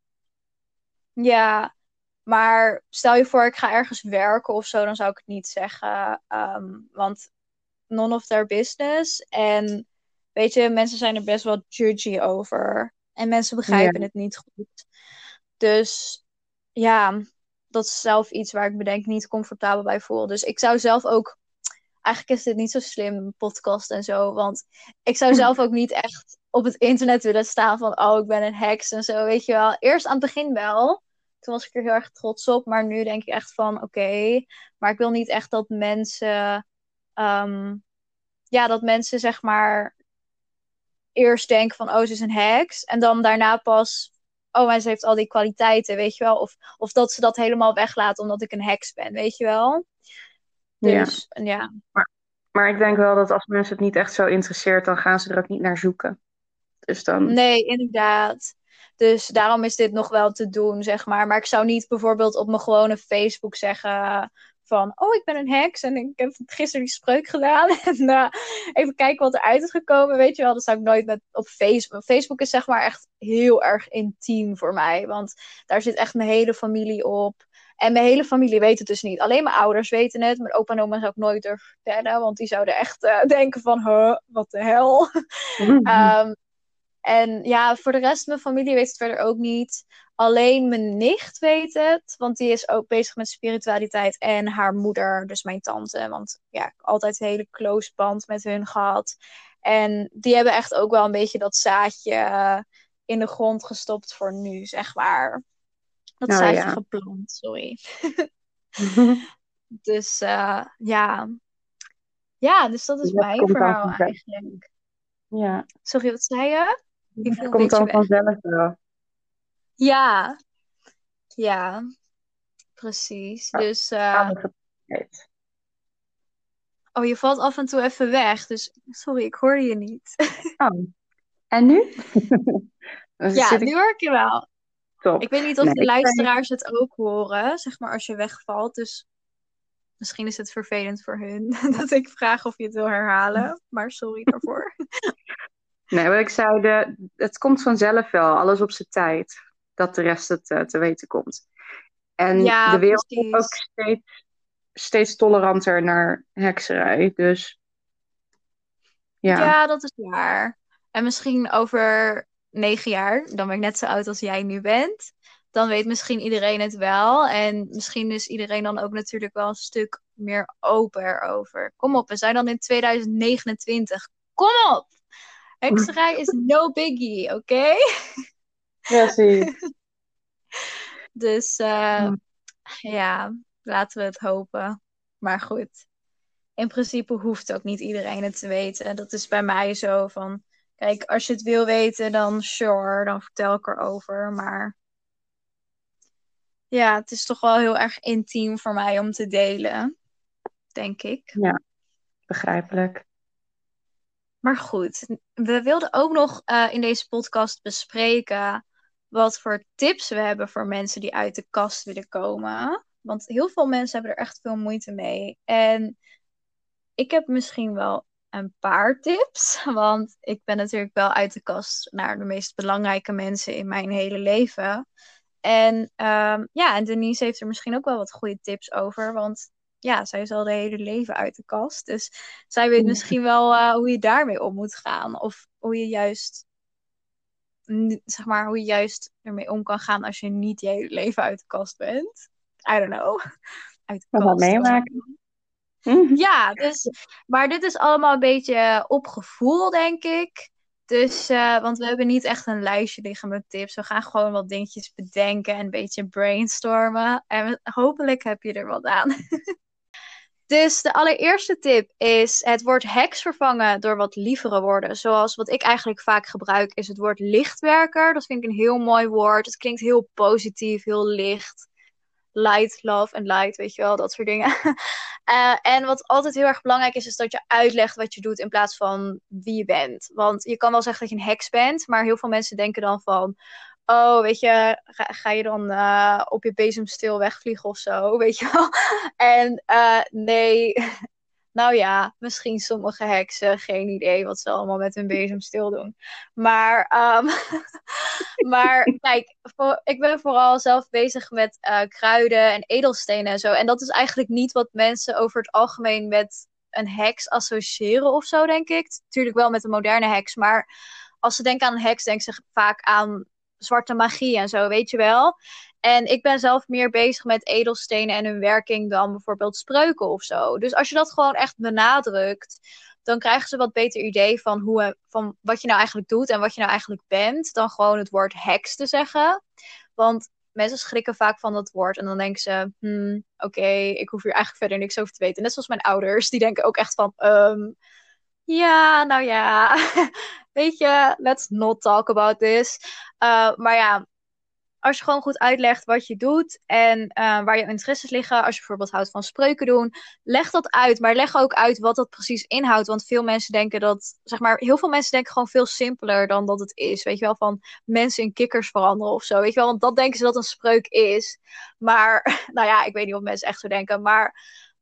Speaker 1: Ja, maar stel je voor, ik ga ergens werken of zo, dan zou ik het niet zeggen. Want none of their business. En weet je, mensen zijn er best wel judgy over. En mensen
Speaker 3: Ja,
Speaker 1: begrijpen het niet goed. Dus ja, dat is zelf iets waar ik me denk niet comfortabel bij voel. Dus ik zou zelf ook. Eigenlijk is dit niet zo slim, een podcast en zo. Want ik zou zelf ook niet echt op het internet willen staan van... Oh, ik ben een heks en zo, weet je wel. Eerst aan het begin wel. Toen was ik er heel erg trots op. Maar nu denk ik echt van, oké. Maar ik wil niet echt dat mensen... ehm, ja, dat mensen zeg maar eerst denken van, oh, ze is een heks. En dan daarna pas, oh, en ze heeft al die kwaliteiten, weet je wel. Of dat ze dat helemaal weglaten omdat ik een heks ben, weet je wel.
Speaker 3: ja.
Speaker 1: Dus, ja.
Speaker 3: Maar ik denk wel dat als mensen het niet echt zo interesseert, dan gaan ze er ook niet naar zoeken. Dus dan,
Speaker 1: Nee, inderdaad. Dus daarom is dit nog wel te doen, zeg maar. Maar ik zou niet bijvoorbeeld op mijn gewone Facebook zeggen van... Oh, ik ben een heks en ik heb gisteren die spreuk gedaan. En even kijken wat eruit is gekomen, weet je wel. Dat zou ik nooit met op Facebook. Facebook is zeg maar echt heel erg intiem voor mij. Want daar zit echt mijn hele familie op. En mijn hele familie weet het dus niet. Alleen mijn ouders weten het. Mijn opa en oma zou ik nooit durven vertellen. Want die zouden echt denken van... Huh, wat de hel. Ehm, en ja, voor de rest, mijn familie weet het verder ook niet. Alleen mijn nicht weet het, want die is ook bezig met spiritualiteit. En haar moeder, dus mijn tante. Want ja, ik heb altijd een hele close band met hun gehad. En die hebben echt ook wel een beetje dat zaadje in de grond gestopt voor nu, zeg maar. Dat
Speaker 3: oh
Speaker 1: zaadje
Speaker 3: ja.
Speaker 1: geplant, sorry. Dus ja. Ja, dus dat is
Speaker 3: Dat
Speaker 1: mijn
Speaker 3: komt dan
Speaker 1: verhaal
Speaker 3: vanzelf.
Speaker 1: eigenlijk.
Speaker 3: Ja,
Speaker 1: Sorry, wat zei je? Je viel
Speaker 3: dat
Speaker 1: een
Speaker 3: komt
Speaker 1: beetje
Speaker 3: dan
Speaker 1: weg.
Speaker 3: vanzelf wel.
Speaker 1: Ja, ja. Precies.
Speaker 3: Ja,
Speaker 1: Dus,
Speaker 3: alles op tijd.
Speaker 1: oh, je valt af en toe even weg. Dus, sorry, ik hoorde je niet.
Speaker 3: Oh, en nu? Dan
Speaker 1: Ja,
Speaker 3: zit
Speaker 1: nu
Speaker 3: ik
Speaker 1: hoor ik je wel.
Speaker 3: top.
Speaker 1: Ik weet niet of
Speaker 3: Nee,
Speaker 1: de luisteraars het ook horen, zeg maar, als je wegvalt. Dus misschien is het vervelend voor hun dat ik vraag of je het wil herhalen. Maar sorry daarvoor.
Speaker 3: nee, wat ik zei, het komt vanzelf wel, alles op zijn tijd, dat de rest het te weten komt. En
Speaker 1: Ja,
Speaker 3: de wereld wordt ook
Speaker 1: precies.
Speaker 3: steeds toleranter naar hekserij. Dus ja,
Speaker 1: Ja, dat is waar. En misschien over 9 jaar, dan ben ik net zo oud als jij nu bent. Dan weet misschien iedereen het wel. En misschien is iedereen dan ook natuurlijk wel een stuk meer open erover. Kom op, we zijn dan in 2029. Kom op! Hekserij is no biggie, oké?
Speaker 3: precies.
Speaker 1: Dus ja, laten we het hopen. Maar goed. In principe hoeft ook niet iedereen het te weten. Dat is bij mij zo van... Kijk, als je het wil weten, dan sure, dan vertel ik erover. Maar ja, het is toch wel heel erg intiem voor mij om te delen, denk ik.
Speaker 3: Ja, begrijpelijk.
Speaker 1: Maar goed, we wilden ook nog in deze podcast bespreken wat voor tips we hebben voor mensen die uit de kast willen komen. Want heel veel mensen hebben er echt veel moeite mee. En ik heb misschien wel een paar tips, want ik ben natuurlijk wel uit de kast naar de meest belangrijke mensen in mijn hele leven. En ja, en Denise heeft er misschien ook wel wat goede tips over, want ja, zij is al de hele leven uit de kast. Dus zij weet misschien wel hoe je daarmee om moet gaan. Of hoe je juist, zeg maar, hoe je juist ermee om kan gaan als je niet je hele leven uit de kast bent. I don't know. Uit de
Speaker 3: We gaan
Speaker 1: kast.
Speaker 3: meemaken.
Speaker 1: Ja, dus, maar dit is allemaal een beetje op gevoel, denk ik. Dus, want we hebben niet echt een lijstje liggen met tips. We gaan gewoon wat dingetjes bedenken en een beetje brainstormen. En hopelijk heb je er wat aan. Dus de allereerste tip is het woord heks vervangen door wat lievere woorden. Zoals wat ik eigenlijk vaak gebruik is het woord lichtwerker. Dat vind ik een heel mooi woord. Het klinkt heel positief, heel licht. Light, love en light, weet je wel, dat soort dingen. En wat altijd heel erg belangrijk is dat je uitlegt wat je doet in plaats van wie je bent. Want je kan wel zeggen dat je een heks bent, maar heel veel mensen denken dan van... Oh, weet je, ga je dan op je bezemsteel wegvliegen of zo, weet je wel? En nee, Nou ja, misschien sommige heksen, geen idee wat ze allemaal met hun bezemsteel doen. Maar, maar kijk, ik ben vooral zelf bezig met kruiden en edelstenen en zo. En dat is eigenlijk niet wat mensen over het algemeen met een heks associëren of zo, denk ik. Natuurlijk wel met een moderne heks, maar als ze denken aan een heks, denken ze vaak aan zwarte magie en zo, weet je wel. En ik ben zelf meer bezig met edelstenen en hun werking dan bijvoorbeeld spreuken of zo. Dus als je dat gewoon echt benadrukt, dan krijgen ze een wat beter idee van, van wat je nou eigenlijk doet en wat je nou eigenlijk bent, dan gewoon het woord heks te zeggen. Want mensen schrikken vaak van dat woord en dan denken ze, oké, ik hoef hier eigenlijk verder niks over te weten. Net zoals mijn ouders, die denken ook echt van, ja, nou ja, weet je, let's not talk about this. Maar ja, als je gewoon goed uitlegt wat je doet en waar je interesses liggen, als je bijvoorbeeld houdt van spreuken doen, leg dat uit, maar leg ook uit wat dat precies inhoudt. Want veel mensen denken dat, zeg maar, heel veel mensen denken gewoon veel simpeler dan dat het is. Weet je wel, van mensen in kikkers veranderen of zo. Weet je wel, want dat denken ze dat een spreuk is. Maar, nou ja, ik weet niet of mensen echt zo denken, maar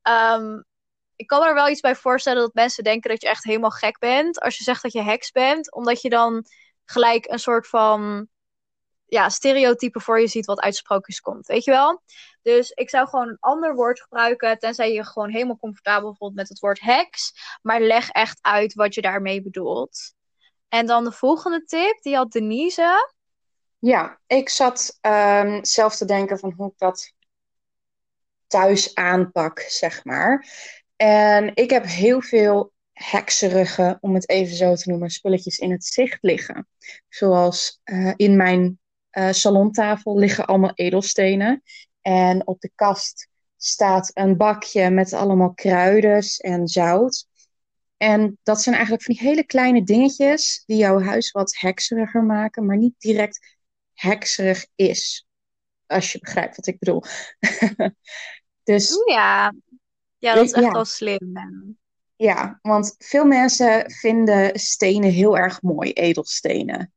Speaker 1: ik kan me er wel iets bij voorstellen dat mensen denken dat je echt helemaal gek bent als je zegt dat je heks bent, omdat je dan gelijk een soort van stereotype voor je ziet wat uit sprookjes komt, weet je wel? Dus ik zou gewoon een ander woord gebruiken, tenzij je gewoon helemaal comfortabel voelt met het woord heks, maar leg echt uit wat je daarmee bedoelt. En dan de volgende tip, die had Denise.
Speaker 3: Ja, ik zat zelf te denken van hoe ik dat thuis aanpak, zeg maar. En ik heb heel veel hekserige, om het even zo te noemen, spulletjes in het zicht liggen. Zoals in mijn salontafel liggen allemaal edelstenen. En op de kast staat een bakje met allemaal kruiden en zout. En dat zijn eigenlijk van die hele kleine dingetjes die jouw huis wat hekseriger maken, maar niet direct hekserig is. Als je begrijpt wat ik bedoel. Dus
Speaker 1: Ja, ja, dat is echt
Speaker 3: ja,
Speaker 1: wel slim.
Speaker 3: ja, want veel mensen vinden stenen heel erg mooi, edelstenen.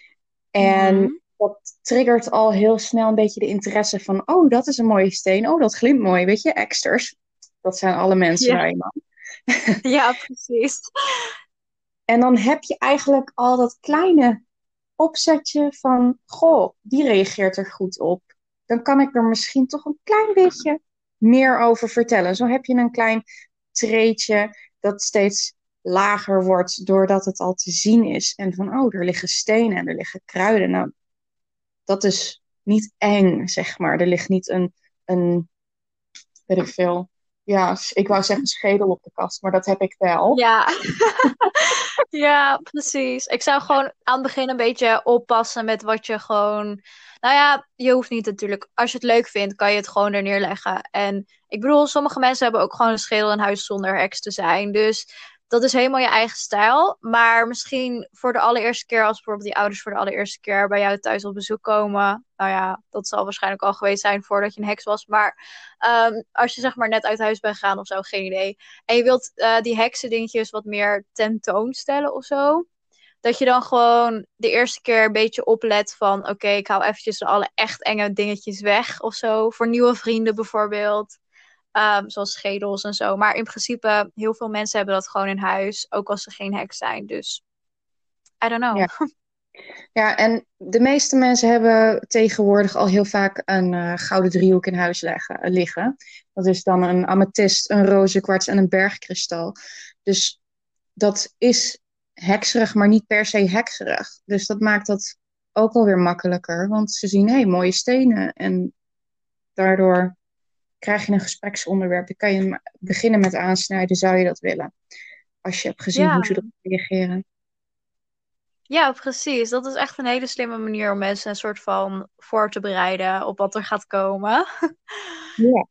Speaker 3: En
Speaker 1: Mhm.
Speaker 3: dat triggert al heel snel een beetje de interesse van, oh, dat is een mooie steen. Oh, dat glimt mooi, weet je, eksters. Dat zijn alle mensen
Speaker 1: Ja,
Speaker 3: nou eenmaal.
Speaker 1: ja, precies.
Speaker 3: En dan heb je eigenlijk al dat kleine opzetje van, goh, die reageert er goed op. Dan kan ik er misschien toch een klein beetje meer over vertellen. Zo heb je een klein treetje dat steeds lager wordt doordat het al te zien is. En van, oh, er liggen stenen en er liggen kruiden. Nou, dat is niet eng, zeg maar. Er ligt niet een weet ik veel. Ja, ik wou zeggen schedel op de kast, maar dat heb ik wel.
Speaker 1: Ja. Ja, precies. Ik zou gewoon aan het begin een beetje oppassen met wat je gewoon. Nou ja, je hoeft niet natuurlijk. Als je het leuk vindt, kan je het gewoon er neerleggen. En ik bedoel, sommige mensen hebben ook gewoon een schedel in huis zonder heks te zijn. Dus dat is helemaal je eigen stijl. Maar misschien voor de allereerste keer, als bijvoorbeeld die ouders voor de allereerste keer bij jou thuis op bezoek komen. Nou ja, dat zal waarschijnlijk al geweest zijn voordat je een heks was. Maar als je zeg maar net uit huis bent gegaan of zo, geen idee. En je wilt die heksendingetjes wat meer tentoonstellen of zo. Dat je dan gewoon de eerste keer een beetje oplet van, oké, ik hou eventjes alle echt enge dingetjes weg of zo. Voor nieuwe vrienden bijvoorbeeld. Zoals schedels en zo. Maar in principe, heel veel mensen hebben dat gewoon in huis. Ook als ze geen heks zijn. Dus, I don't know.
Speaker 3: Ja. Ja, en de meeste mensen hebben tegenwoordig al heel vaak een gouden driehoek in huis liggen. Dat is dan een amethyst, een rozenkwarts en een bergkristal. Dus dat is hekserig, maar niet per se hekserig. Dus dat maakt dat ook alweer makkelijker. Want ze zien, hé, mooie stenen. En daardoor krijg je een gespreksonderwerp. Dan kan je beginnen met aansnijden, zou je dat willen? Als je hebt gezien hoe
Speaker 1: Ja.
Speaker 3: ze erop reageren.
Speaker 1: Ja, precies. Dat is echt een hele slimme manier om mensen een soort van voor te bereiden op wat er gaat komen.
Speaker 3: Ja,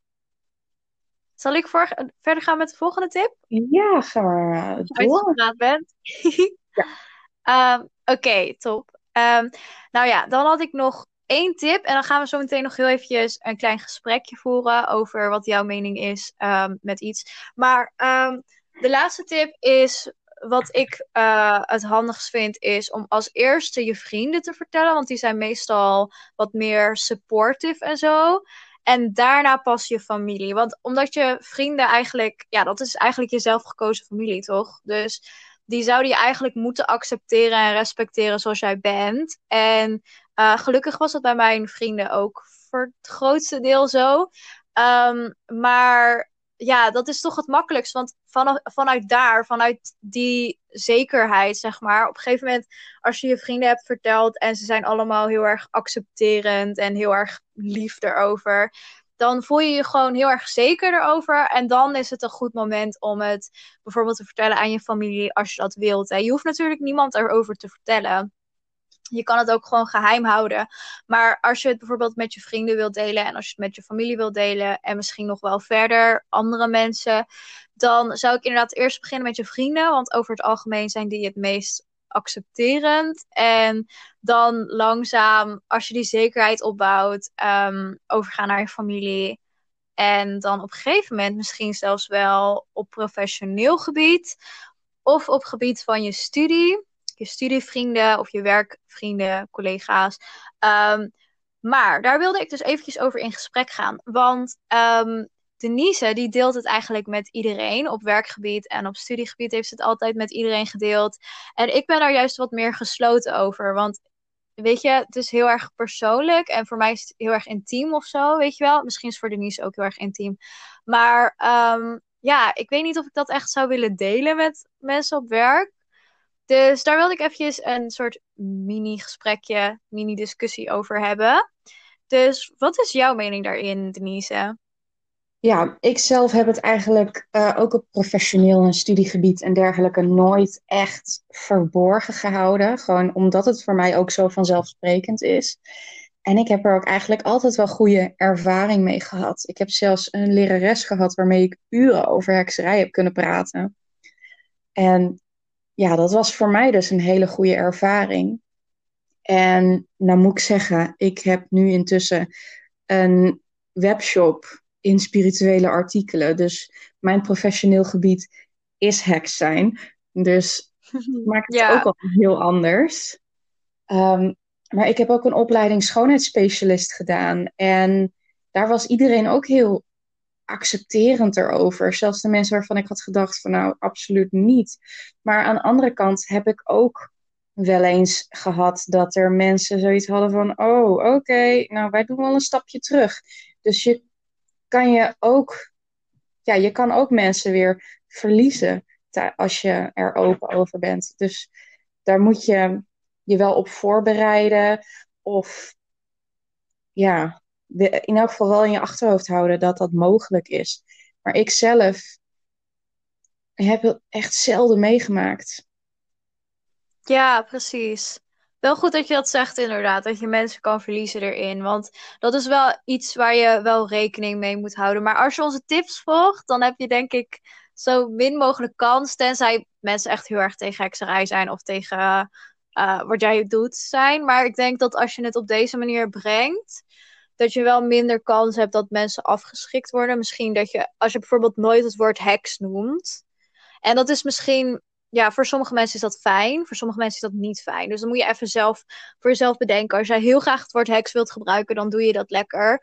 Speaker 1: Zal ik verder gaan met de volgende tip?
Speaker 3: ja, ga maar
Speaker 1: Als je
Speaker 3: door.
Speaker 1: uitgepraat bent.
Speaker 3: Ja.
Speaker 1: Oké, top. Nou ja, dan had ik nog één tip. En dan gaan we zo meteen nog heel eventjes een klein gesprekje voeren over wat jouw mening is met iets. Maar de laatste tip is, wat ik het handigst vind, is om als eerste je vrienden te vertellen. Want die zijn meestal wat meer supportive en zo. En daarna pas je familie. Want omdat je vrienden eigenlijk... Ja, dat is eigenlijk je zelf gekozen familie, toch? Dus die zouden je eigenlijk moeten accepteren en respecteren zoals jij bent. En gelukkig was dat bij mijn vrienden ook voor het grootste deel zo. Maar ja, dat is toch het makkelijkst. Want vanuit die zekerheid, zeg maar. Op een gegeven moment, als je je vrienden hebt verteld en ze zijn allemaal heel erg accepterend en heel erg lief erover, dan voel je je gewoon heel erg zeker erover. En dan is het een goed moment om het bijvoorbeeld te vertellen aan je familie als je dat wilt. Hè. Je hoeft natuurlijk niemand erover te vertellen. Je kan het ook gewoon geheim houden. Maar als je het bijvoorbeeld met je vrienden wilt delen en als je het met je familie wilt delen en misschien nog wel verder andere mensen, dan zou ik inderdaad eerst beginnen met je vrienden. Want over het algemeen zijn die het meest accepterend. En dan langzaam, als je die zekerheid opbouwt, overgaan naar je familie. En dan op een gegeven moment misschien zelfs wel op professioneel gebied of op gebied van je studievrienden of je werkvrienden, collega's. Maar daar wilde ik dus eventjes over in gesprek gaan. Want Denise, die deelt het eigenlijk met iedereen. Op werkgebied en op studiegebied heeft ze het altijd met iedereen gedeeld. En ik ben daar juist wat meer gesloten over. Want weet je, het is heel erg persoonlijk. En voor mij is het heel erg intiem of zo, weet je wel. Misschien is het voor Denise ook heel erg intiem. Maar ja, ik weet niet of ik dat echt zou willen delen met mensen op werk. Dus daar wilde ik eventjes een soort mini-gesprekje, mini-discussie over hebben. Dus wat is jouw mening daarin, Denise?
Speaker 3: Ja, ik zelf heb het eigenlijk ook op professioneel en studiegebied en dergelijke nooit echt verborgen gehouden. Gewoon omdat het voor mij ook zo vanzelfsprekend is. En ik heb er ook eigenlijk altijd wel goede ervaring mee gehad. Ik heb zelfs een lerares gehad waarmee ik uren over hekserij heb kunnen praten. En ja, dat was voor mij dus een hele goede ervaring. En nou moet ik zeggen, ik heb nu intussen een webshop in spirituele artikelen. Dus mijn professioneel gebied is heks zijn. Dus maakt het ook
Speaker 1: Ja,
Speaker 3: al heel anders. Maar ik heb ook een opleiding schoonheidsspecialist gedaan. En daar was iedereen ook heel accepterend erover. Zelfs de mensen waarvan ik had gedacht van nou, absoluut niet. Maar aan de andere kant heb ik ook wel eens gehad dat er mensen zoiets hadden van oh, oké, nou wij doen wel een stapje terug. Dus je kan ook mensen weer verliezen als je er open over bent. Dus daar moet je je wel op voorbereiden of ja, in elk geval wel in je achterhoofd houden dat dat mogelijk is. Maar ik zelf heb het echt zelden meegemaakt.
Speaker 1: ja, precies. Wel goed dat je dat zegt, inderdaad. Dat je mensen kan verliezen erin. Want dat is wel iets waar je wel rekening mee moet houden. Maar als je onze tips volgt, dan heb je denk ik zo min mogelijk kans. Tenzij mensen echt heel erg tegen hekserij zijn of tegen wat jij doet zijn. Maar ik denk dat als je het op deze manier brengt, dat je wel minder kans hebt dat mensen afgeschrikt worden. Misschien dat je, als je bijvoorbeeld nooit het woord heks noemt. En dat is misschien, ja, voor sommige mensen is dat fijn. Voor sommige mensen is dat niet fijn. Dus dan moet je even zelf voor jezelf bedenken. Als jij heel graag het woord heks wilt gebruiken, dan doe je dat lekker.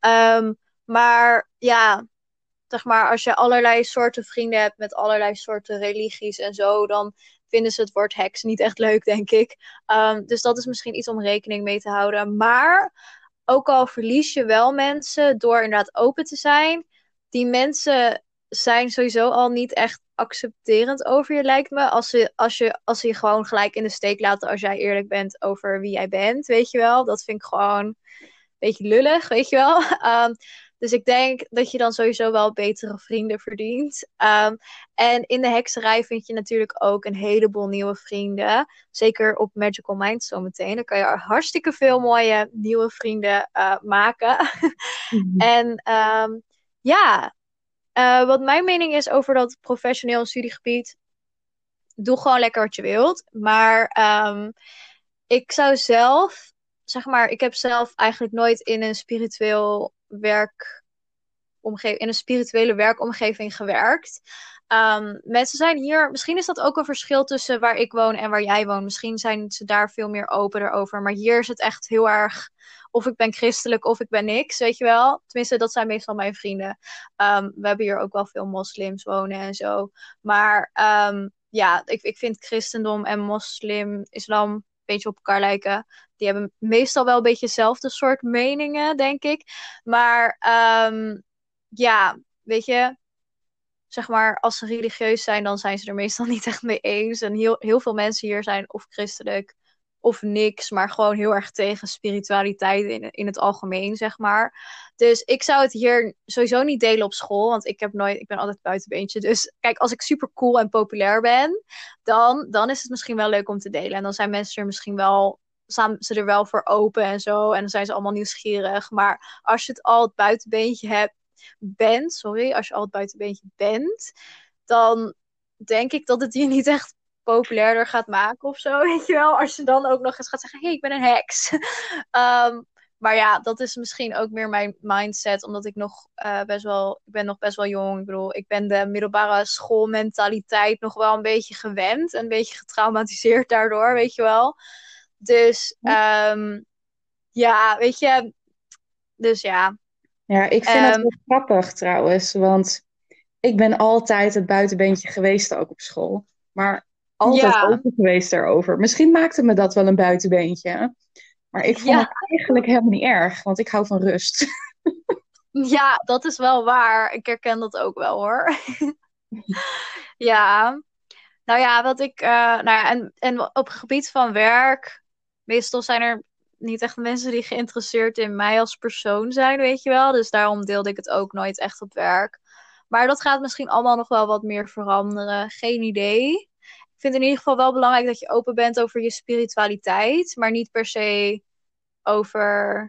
Speaker 1: Maar ja, zeg maar, als je allerlei soorten vrienden hebt met allerlei soorten religies en zo, dan vinden ze het woord heks niet echt leuk, denk ik. Dus dat is misschien iets om rekening mee te houden. Maar ook al verlies je wel mensen door inderdaad open te zijn, die mensen zijn sowieso al niet echt accepterend over je, lijkt me. Als ze je gewoon gelijk in de steek laten als jij eerlijk bent over wie jij bent, weet je wel. Dat vind ik gewoon een beetje lullig, weet je wel. Dus ik denk dat je dan sowieso wel betere vrienden verdient. En in de hekserij vind je natuurlijk ook een heleboel nieuwe vrienden. Zeker op Magical Minds zometeen. Dan kan je hartstikke veel mooie nieuwe vrienden maken.
Speaker 3: Mhm.
Speaker 1: En ja, wat mijn mening is over dat professioneel studiegebied. Doe gewoon lekker wat je wilt. Maar ik zou zelf, zeg maar, ik heb zelf eigenlijk nooit in een spiritueel werk in een spirituele werkomgeving gewerkt. Mensen zijn hier, misschien is dat ook een verschil tussen waar ik woon en waar jij woont. Misschien zijn ze daar veel meer opener over. Maar hier is het echt heel erg, of ik ben christelijk of ik ben niks, weet je wel. Tenminste, dat zijn meestal mijn vrienden. We hebben hier ook wel veel moslims wonen en zo. Maar ja, ik vind christendom en islam een beetje op elkaar lijken. Die hebben meestal wel een beetje hetzelfde soort meningen, denk ik. Maar ja, weet je, zeg maar, als ze religieus zijn, dan zijn ze er meestal niet echt mee eens. En heel veel mensen hier zijn of christelijk of niks, maar gewoon heel erg tegen spiritualiteit in het algemeen, zeg maar. Dus ik zou het hier sowieso niet delen op school, want ik ben altijd buitenbeentje. Dus kijk, als ik super cool en populair ben, dan is het misschien wel leuk om te delen. En dan zijn mensen er misschien wel, staan ze er wel voor open en zo. En dan zijn ze allemaal nieuwsgierig. Maar als je het al het buitenbeentje als je al het buitenbeentje bent, dan denk ik dat het je niet echt populairder gaat maken of zo, weet je wel. Als je dan ook nog eens gaat zeggen, hey, ik ben een heks. Maar ja, dat is misschien ook meer mijn mindset, omdat ik ben nog best wel jong. Ik bedoel, ik ben de middelbare schoolmentaliteit nog wel een beetje gewend. Een beetje getraumatiseerd daardoor, weet je wel. Dus ja, weet je. Dus ja.
Speaker 3: Ja, ik vind het wel grappig trouwens, want ik ben altijd het buitenbeentje geweest ook op school. Maar altijd
Speaker 1: Ja.
Speaker 3: open geweest daarover. Misschien maakte me dat wel een buitenbeentje. Maar ik vond
Speaker 1: Ja.
Speaker 3: het eigenlijk helemaal niet erg, want ik hou van rust.
Speaker 1: Ja, dat is wel waar. Ik herken dat ook wel hoor. Ja. Nou ja, nou ja, en op het gebied van werk, meestal zijn er niet echt mensen die geïnteresseerd in mij als persoon zijn, weet je wel. Dus daarom deelde ik het ook nooit echt op werk. Maar dat gaat misschien allemaal nog wel wat meer veranderen. Geen idee. Ik vind in ieder geval wel belangrijk dat je open bent over je spiritualiteit, maar niet per se over.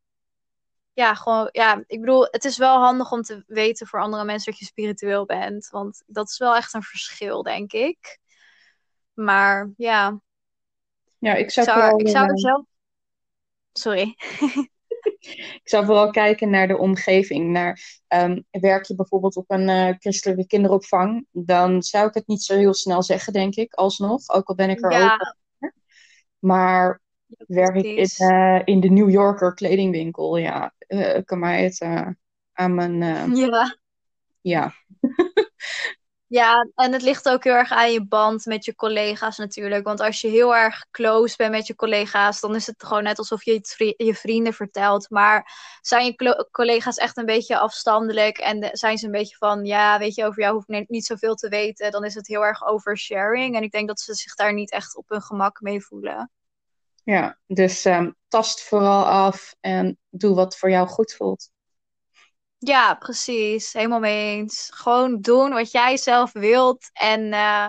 Speaker 1: Ja, gewoon, ja, ik bedoel, het is wel handig om te weten voor andere mensen dat je spiritueel bent. Want dat is wel echt een verschil, denk ik. Maar ja,
Speaker 3: Ja,
Speaker 1: ik zou er zelf. Sorry.
Speaker 3: ik zou vooral kijken naar de omgeving. Werk je bijvoorbeeld op een christelijke kinderopvang, dan zou ik het niet zo heel snel zeggen, denk ik, alsnog. Ook al ben ik er
Speaker 1: Ja,
Speaker 3: open voor. Maar werk ik
Speaker 1: precies.
Speaker 3: in de New Yorker kledingwinkel, ja, kan mij het aan mijn...
Speaker 1: Ja.
Speaker 3: ja.
Speaker 1: Ja, en het ligt ook heel erg aan je band met je collega's natuurlijk. Want als je heel erg close bent met je collega's, dan is het gewoon net alsof je het je vrienden vertelt. Maar zijn je collega's echt een beetje afstandelijk en zijn ze een beetje van, ja, weet je, over jou hoef ik niet zoveel te weten, dan is het heel erg oversharing. En ik denk dat ze zich daar niet echt op hun gemak mee voelen.
Speaker 3: Ja, dus tast vooral af en doe wat voor jou goed voelt.
Speaker 1: Ja, precies. Helemaal mee eens. Gewoon doen wat jij zelf wilt. En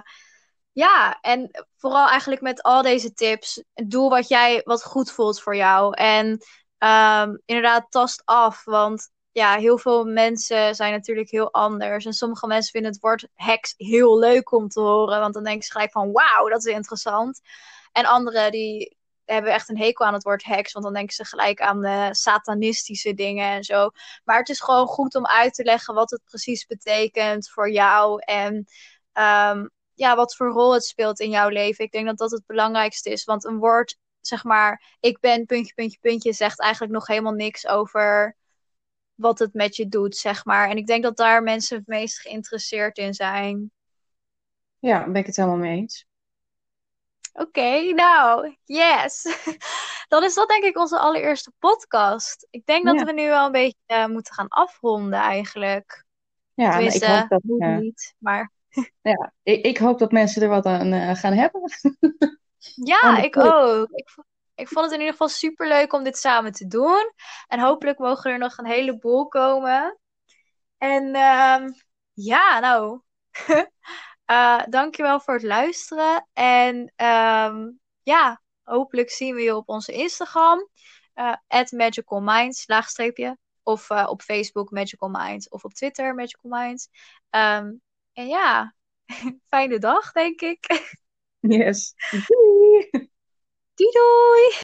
Speaker 1: ja, en vooral eigenlijk met al deze tips, doe wat goed voelt voor jou. En inderdaad, tast af. Want ja, heel veel mensen zijn natuurlijk heel anders. En sommige mensen vinden het woord heks heel leuk om te horen. Want dan denken ze gelijk van, wauw, dat is interessant. En anderen die hebben echt een hekel aan het woord heks. Want dan denken ze gelijk aan de satanistische dingen en zo. Maar het is gewoon goed om uit te leggen wat het precies betekent voor jou. En ja, wat voor rol het speelt in jouw leven. Ik denk dat dat het belangrijkste is. Want een woord, zeg maar, ik ben puntje, puntje, puntje, zegt eigenlijk nog helemaal niks over wat het met je doet, zeg maar. En ik denk dat daar mensen het meest geïnteresseerd in zijn.
Speaker 3: Ja, daar ben ik het helemaal mee eens.
Speaker 1: Oké, nou, yes. Dan is dat denk ik onze allereerste podcast. Ik denk dat
Speaker 3: Ja,
Speaker 1: we nu wel een beetje moeten gaan afronden eigenlijk.
Speaker 3: ja, en ik hoop
Speaker 1: Tenminste,
Speaker 3: dat,
Speaker 1: moet niet, maar...
Speaker 3: ja, ik hoop dat mensen er wat aan gaan hebben.
Speaker 1: Ja, ik ook. Ik vond het in ieder geval super leuk om dit samen te doen. En hopelijk mogen er nog een heleboel komen. En ja, nou, dankjewel voor het luisteren. En ja, hopelijk zien we je op onze Instagram. @magicalminds, laagstreepje. Of op Facebook Magical Minds. Of op Twitter Magical Minds. En ja, fijne dag, denk ik.
Speaker 3: Yes. Doei!
Speaker 1: Doei doei!